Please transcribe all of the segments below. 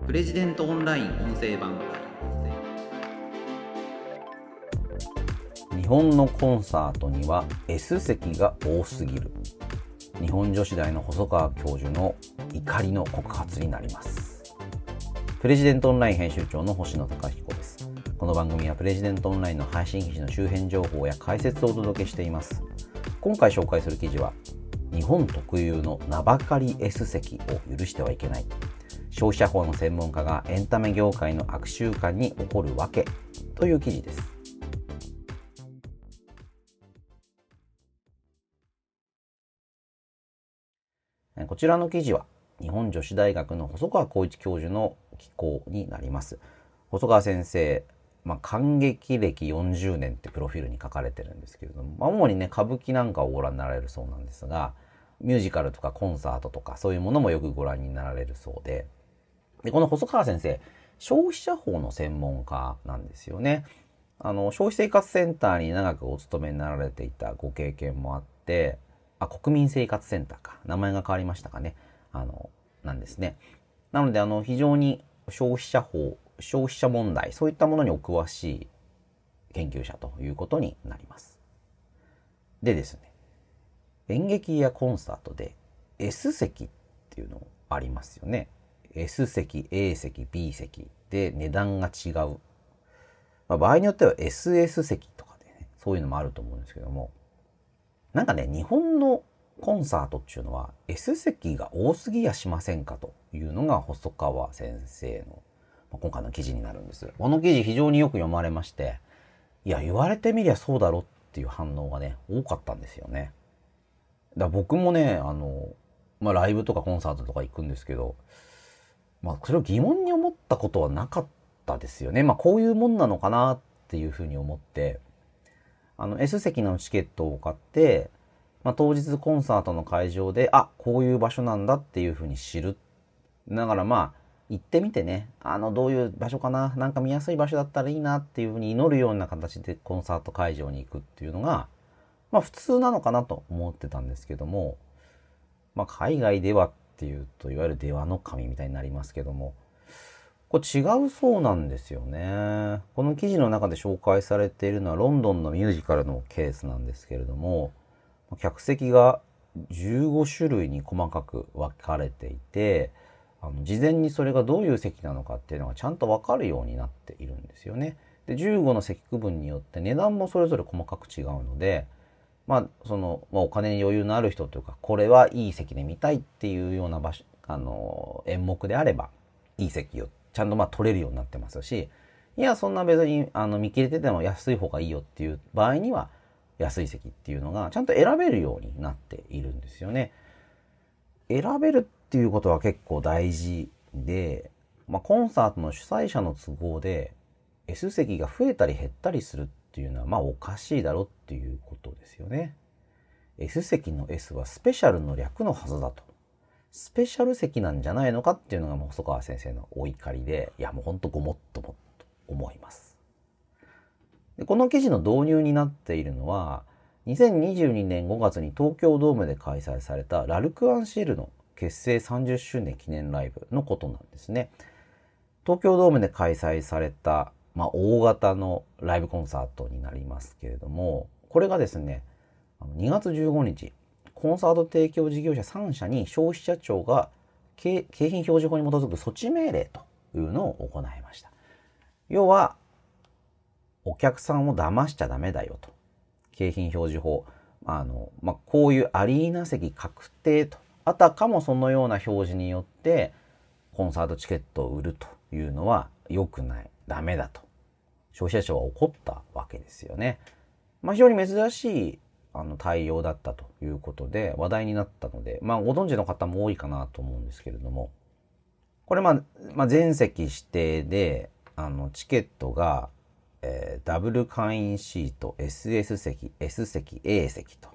プレジデントオンライン音声版。 日本のコンサートには S 席が多すぎる。日本女子大の細川教授の怒りの告発になります。プレジデントオンライン編集長の星野貴彦です。この番組はプレジデントオンラインの配信記事の周辺情報や解説をお届けしています。今回紹介する記事は、日本特有の名ばかり S 席を許してはいけない。消費者法の専門家がエンタメ業界の悪習慣に起こるわけという記事です。こちらの記事は日本女子大学の細川浩一教授の寄稿になります。細川先生、観劇歴40年ってプロフィールに書かれてるんですけれども、主にね、歌舞伎なんかをご覧になられるそうなんですが、ミュージカルとかコンサートとかそういうものもよくご覧になられるそうで、この細川先生、消費者法の専門家なんですよね。消費生活センターに長くお勤めになられていたご経験もあって、国民生活センターか、名前が変わりましたかね。なんですね。なので、非常に消費者法、消費者問題、そういったものにお詳しい研究者ということになります。でですね、演劇やコンサートで S 席っていうのありますよね。S 席、A 席、B 席で値段が違う。場合によっては SS 席とかでね、そういうのもあると思うんですけども、なんかね、日本のコンサートっていうのは S 席が多すぎやしませんかというのが細川先生の今回の記事になるんです。この記事非常によく読まれまして、いや、言われてみりゃそうだろっていう反応がね、多かったんですよね。だから僕もね、ライブとかコンサートとか行くんですけど、それを疑問に思ったことはなかったですよね。こういうもんなのかなっていうふうに思って、S 席のチケットを買って、当日コンサートの会場で、こういう場所なんだっていうふうに知る。だから行ってみてね、どういう場所かな、なんか見やすい場所だったらいいなっていうふうに祈るような形でコンサート会場に行くっていうのが、普通なのかなと思ってたんですけども、海外ではっていうと、いわゆる出羽の神みたいになりますけども、これ違うそうなんですよね。この記事の中で紹介されているのはロンドンのミュージカルのケースなんですけれども、客席が15種類に細かく分かれていて、事前にそれがどういう席なのかっていうのがちゃんと分かるようになっているんですよね。で、15の席区分によって値段もそれぞれ細かく違うので、お金に余裕のある人というか、これはいい席で見たいっていうような場所、演目であれば、いい席をちゃんと取れるようになってますし、いや、そんな別に見切れてても安い方がいいよっていう場合には、安い席っていうのがちゃんと選べるようになっているんですよね。選べるっていうことは結構大事で、コンサートの主催者の都合で S 席が増えたり減ったりするっていうのはおかしいだろっていうことですよね。S 席の S はスペシャルの略のはずだと。スペシャル席なんじゃないのかっていうのが細川先生のお怒りで、いやもうほんとごもっともと思います。で、この記事の導入になっているのは、2022年5月に東京ドームで開催されたラルクアンシエルの結成30周年記念ライブのことなんですね。東京ドームで開催された、大型のライブコンサートになりますけれども、これがですね、2月15日、コンサート提供事業者3社に消費者庁が景品表示法に基づく措置命令というのを行いました。要は、お客さんを騙しちゃダメだよと。景品表示法。こういうアリーナ席確定と。あたかもそのような表示によって、コンサートチケットを売るというのは良くない。ダメだと。消費者庁は怒ったわけですよね。非常に珍しい対応だったということで話題になったので、ご存知の方も多いかなと思うんですけれども、これ全席指定で、チケットが、ダブル会員シート、SS 席、S 席、A 席と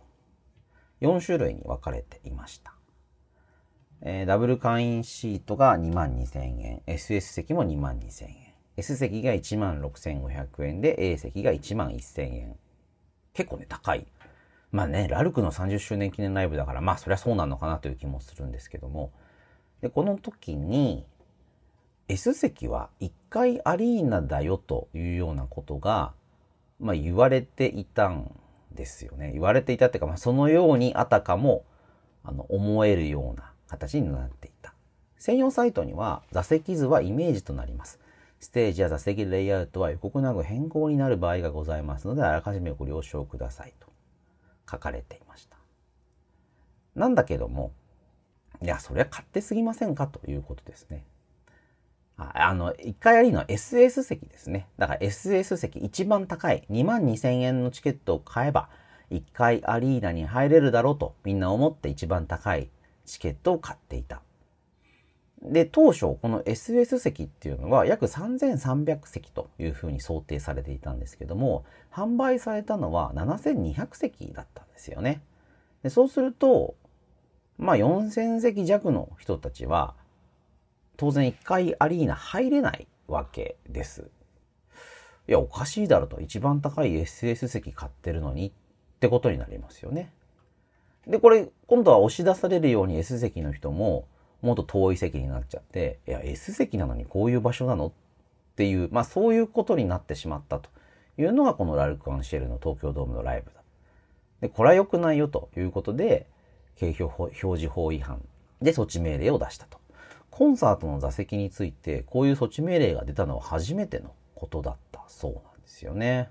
4種類に分かれていました。ダブル会員シートが22,000円、SS 席も22,000円、S 席が16,500円で A 席が11,000円。結構ね、高い。ラルクの30周年記念ライブだから、そりゃそうなのかなという気もするんですけども。で、この時に、 S 席は1階アリーナだよというようなことが、言われていたんですよね。言われていたっていうか、そのようにあたかも思えるような形になっていた。専用サイトには座席図はイメージとなります。ステージや座席レイアウトは予告なく変更になる場合がございますので、あらかじめご了承くださいと書かれていました。なんだけども、いや、それは勝手すぎませんかということですね。1階アリーナは SS 席ですね。だから SS 席一番高い22,000円のチケットを買えば1階アリーナに入れるだろうとみんな思って一番高いチケットを買っていた。で、当初この SS 席っていうのは約3,300席というふうに想定されていたんですけども、販売されたのは7,200席だったんですよね。で、そうすると、4,000席弱の人たちは当然1階アリーナ入れないわけです。いや、おかしいだろと。一番高い SS 席買ってるのにってことになりますよね。で、これ、今度は押し出されるように S 席の人も、もっと遠い席になっちゃって、いや、S 席なのにこういう場所なのっていう、そういうことになってしまったというのが、このラルク・アンシェルの東京ドームのライブだ。で、これは良くないよということで、景品表示法違反で措置命令を出したと。コンサートの座席についてこういう措置命令が出たのは初めてのことだったそうなんですよね。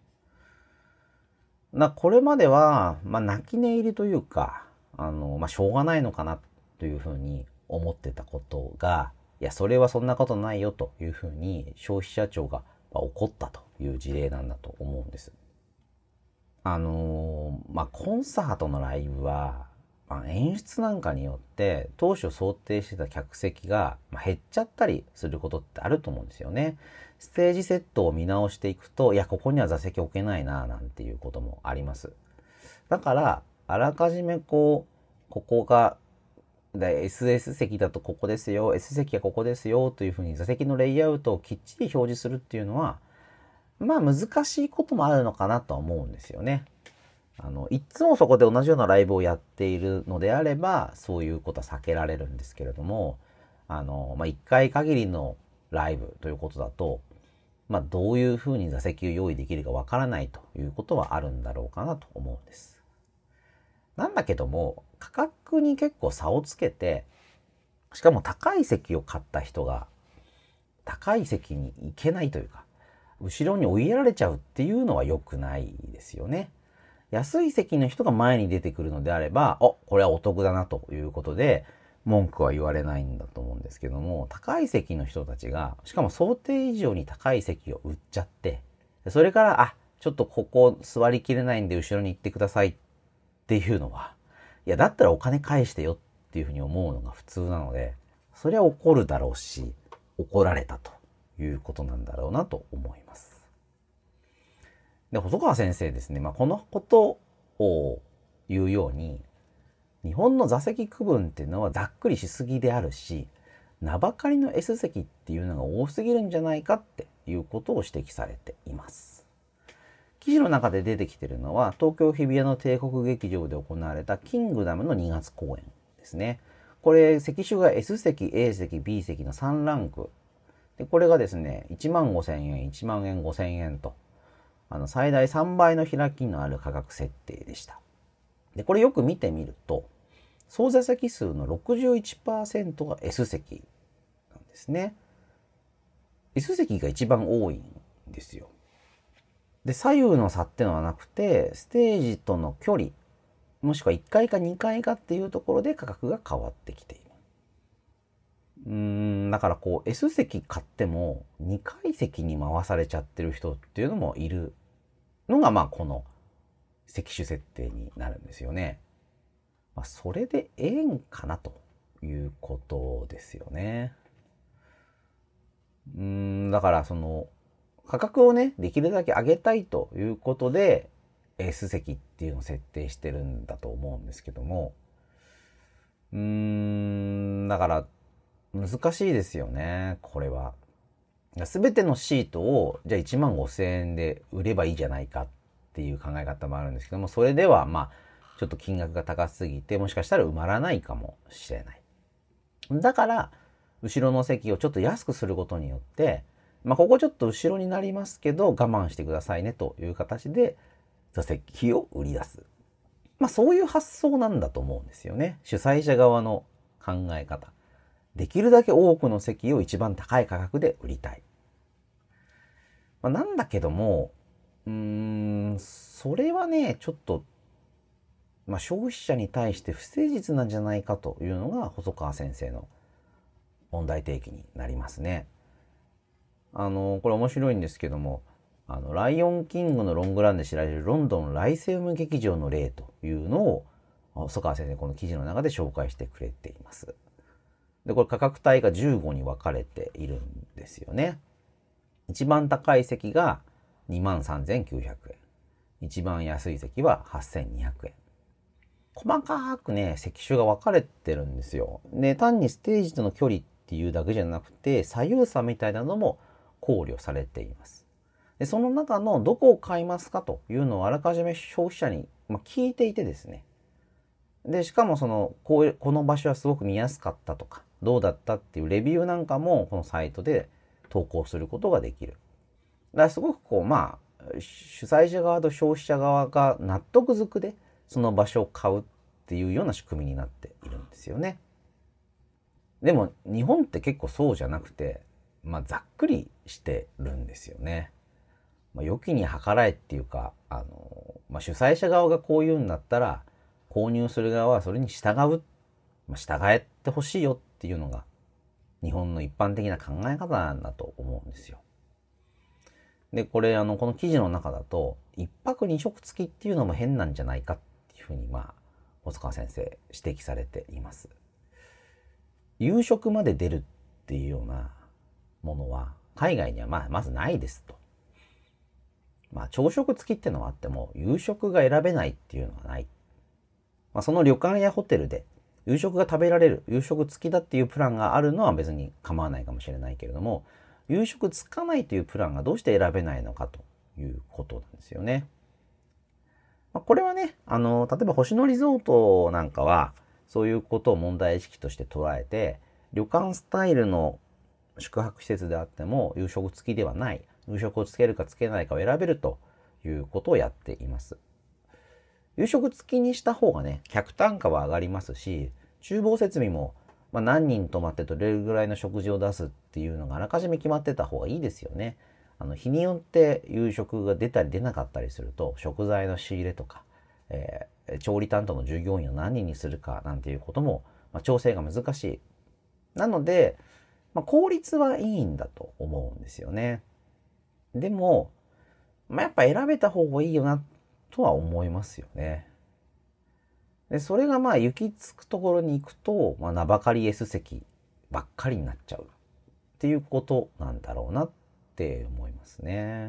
これまでは、泣き寝入りというか、しょうがないのかなというふうに思ってたことが、いや、それはそんなことないよというふうに消費者庁が怒ったという事例なんだと思うんです。コンサートのライブは、演出なんかによって当初想定してた客席が減っちゃったりすることってあると思うんですよね。ステージセットを見直していくと、いや、ここには座席置けないな、なんていうこともあります。だから、あらかじめここが、SS 席だとここですよ、S 席はここですよ、というふうに座席のレイアウトをきっちり表示するっていうのは、難しいこともあるのかなとは思うんですよね。いつもそこで同じようなライブをやっているのであれば、そういうことは避けられるんですけれども、1回限りのライブということだと、どういうふうに座席を用意できるかわからないということはあるんだろうかなと思うんです。なんだけども、価格に結構差をつけて、しかも高い席を買った人が、高い席に行けないというか、後ろに追いやられちゃうっていうのは良くないですよね。安い席の人が前に出てくるのであれば、これはお得だなということで、文句は言われないんだと思うんですけども、高い席の人たちが、しかも想定以上に高い席を売っちゃって、それから、ちょっとここ座りきれないんで後ろに行ってくださいっていうのは、いや、だったらお金返してよっていうふうに思うのが普通なので、そりゃ怒るだろうし、怒られたということなんだろうなと思います。で、細川先生ですね、このことを言うように、日本の座席区分っていうのはざっくりしすぎであるし、名ばかりの S 席っていうのが多すぎるんじゃないかっていうことを指摘されています。記事の中で出てきているのは、東京日比谷の帝国劇場で行われたキングダムの2月公演ですね。これ、席種が S 席、A 席、B 席の3ランク。で、これがですね、15,000円、1万円、5,000円と、最大3倍の開きのある価格設定でした。で、これよく見てみると、総座席数の 61% が S 席なんですね。S 席が一番多いんですよ。で、左右の差ってのはなくて、ステージとの距離、もしくは1階か2階かっていうところで価格が変わってきている。だからS 席買っても2階席に回されちゃってる人っていうのもいるのがこの席種設定になるんですよね。それでええんかなということですよね。だからその価格をね、できるだけ上げたいということで S 席っていうのを設定してるんだと思うんですけども、だから難しいですよね、これは。すべてのシートをじゃあ15,000円で売ればいいじゃないかっていう考え方もあるんですけども、それではちょっと金額が高すぎて、もしかしたら埋まらないかもしれない。だから、 後ろの席をちょっと安くすることによって、ここちょっと後ろになりますけど我慢してくださいねという形で座席を売り出す。そういう発想なんだと思うんですよね。主催者側の考え方。できるだけ多くの席を一番高い価格で売りたい。なんだけども、それはね、ちょっと、消費者に対して不誠実なんじゃないかというのが細川先生の問題提起になりますね。これ面白いんですけども、ライオンキングのロングランで知られるロンドンライセウム劇場の例というのを細川先生この記事の中で紹介してくれています。で、これ価格帯が15に分かれているんですよね。一番高い席が23,900円。一番安い席は8,200円。細かくね、席種が分かれてるんですよ。で、単にステージとの距離っていうだけじゃなくて、左右差みたいなのも考慮されています。で、その中のどこを買いますかというのをあらかじめ消費者に聞いていてですね。で、しかもこの場所はすごく見やすかったとか、どうだったっていうレビューなんかもこのサイトで投稿することができる。だからすごく主催者側と消費者側が納得づくでその場所を買うっていうような仕組みになっているんですよね。でも日本って結構そうじゃなくて、ざっくりしてるんですよね。良きに計らえっていうか、主催者側がこう言うんだったら、購入する側はそれに従う、従えてほしいよっていうのが日本の一般的な考え方なんだと思うんですよ。で、これこの記事の中だと、一泊二食付きっていうのも変なんじゃないかっていうふうに細川先生指摘されています。夕食まで出るっていうようなものは海外にはまずないですと。朝食付きってのはあっても夕食が選べないっていうのはない。その旅館やホテルで夕食が食べられる、夕食付きだっていうプランがあるのは別に構わないかもしれないけれども、夕食つかないというプランがどうして選べないのかということなんですよね。これはね、例えば星野リゾートなんかはそういうことを問題意識として捉えて、旅館スタイルの宿泊施設であっても夕食付きではない、夕食をつけるかつけないかを選べるということをやっています。夕食付きにした方がね、客単価は上がりますし、厨房設備も何人泊まってどれぐらいの食事を出すっていうのがあらかじめ決まってた方がいいですよね。日によって夕食が出たり出なかったりすると、食材の仕入れとか、調理担当の従業員を何人にするかなんていうことも、調整が難しい。なので、効率はいいんだと思うんですよね。でも、やっぱ選べた方がいいよなとは思いますよね。で、それが行き着くところに行くと、名ばかり S 席ばっかりになっちゃうっていうことなんだろうなって思いますね。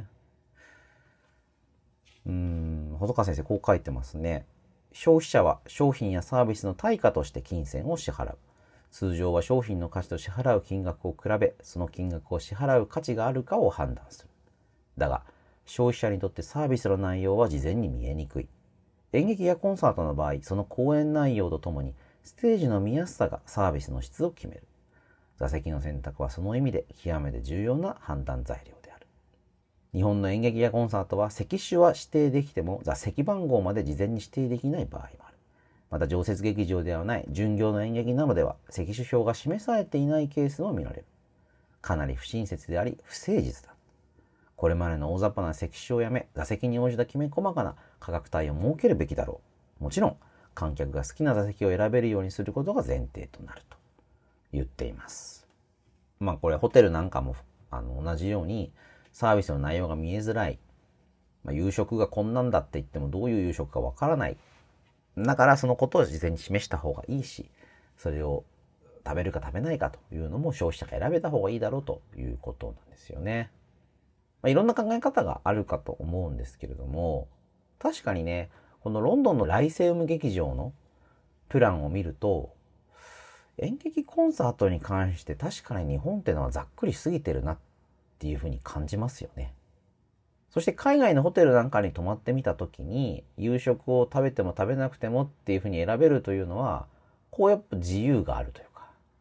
細川先生こう書いてますね。消費者は商品やサービスの対価として金銭を支払う。通常は商品の価値と支払う金額を比べ、その金額を支払う価値があるかを判断する。だが、消費者にとってサービスの内容は事前に見えにくい。演劇やコンサートの場合、その公演内容とともに、ステージの見やすさがサービスの質を決める。座席の選択はその意味で極めて重要な判断材料である。日本の演劇やコンサートは席種は指定できても座席番号まで事前に指定できない場合もある。また常設劇場ではない巡業の演劇などでは席種表が示されていないケースも見られる。かなり不親切であり不誠実だ。これまでの大雑把な席種をやめ、座席に応じたきめ細かな価格帯を設けるべきだろう。もちろん、観客が好きな座席を選べるようにすることが前提となると言っています。これホテルなんかも同じようにサービスの内容が見えづらい。夕食がこんなんだって言ってもどういう夕食かわからない。だからそのことを事前に示した方がいいし、それを食べるか食べないかというのも消費者が選べた方がいいだろうということなんですよね。いろんな考え方があるかと思うんですけれども、確かにね、このロンドンのライセウム劇場のプランを見ると、演劇コンサートに関して確かに日本ってのはざっくり過ぎてるなっていうふうに感じますよね。そして海外のホテルなんかに泊まってみたときに、夕食を食べても食べなくてもっていうふうに選べるというのは、やっぱ自由があるというか、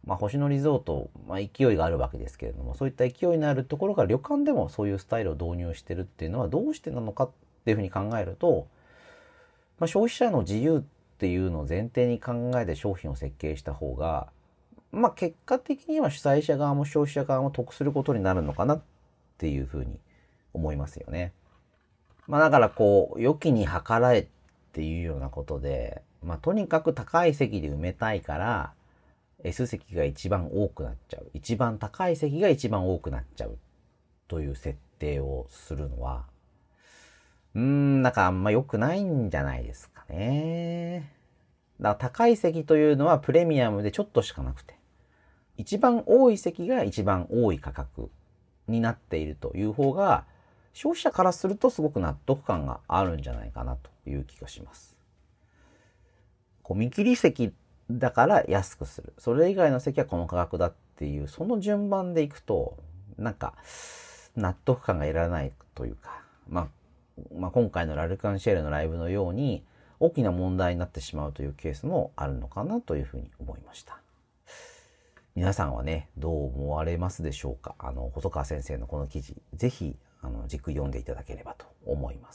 星野リゾート、勢いがあるわけですけれども、そういった勢いのあるところが旅館でもそういうスタイルを導入してるっていうのはどうしてなのかっていうふうに考えると、消費者の自由っていうのを前提に考えて商品を設計した方が、結果的には主催者側も消費者側も得することになるのかなっていうふうに思いますよね。だから良きに計らえっていうようなことで、とにかく高い席で埋めたいから、S 席が一番多くなっちゃう。一番高い席が一番多くなっちゃうという設定をするのは、なんかあんま良くないんじゃないですかね。だから高い席というのはプレミアムでちょっとしかなくて、一番多い席が一番多い価格になっているという方が、消費者からするとすごく納得感があるんじゃないかなという気がします。見切り席だから安くする。それ以外の席はこの価格だっていう、その順番でいくと、なんか、納得感が得られないというか、今回のラルカンシェルのライブのように、大きな問題になってしまうというケースもあるのかなというふうに思いました。皆さんはね、どう思われますでしょうか。細川先生のこの記事、ぜひ、じっくり読んでいただければと思います。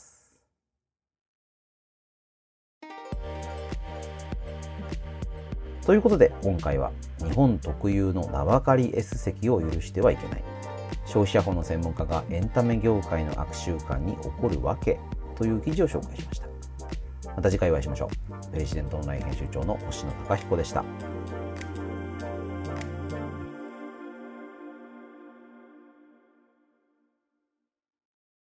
ということで、今回は日本特有の名ばかり S 席を許してはいけない。消費者法の専門家がエンタメ業界の悪習慣に起こるわけという記事を紹介しました。また次回お会いしましょう。レジデントオンライン編集長の星野貴彦でした。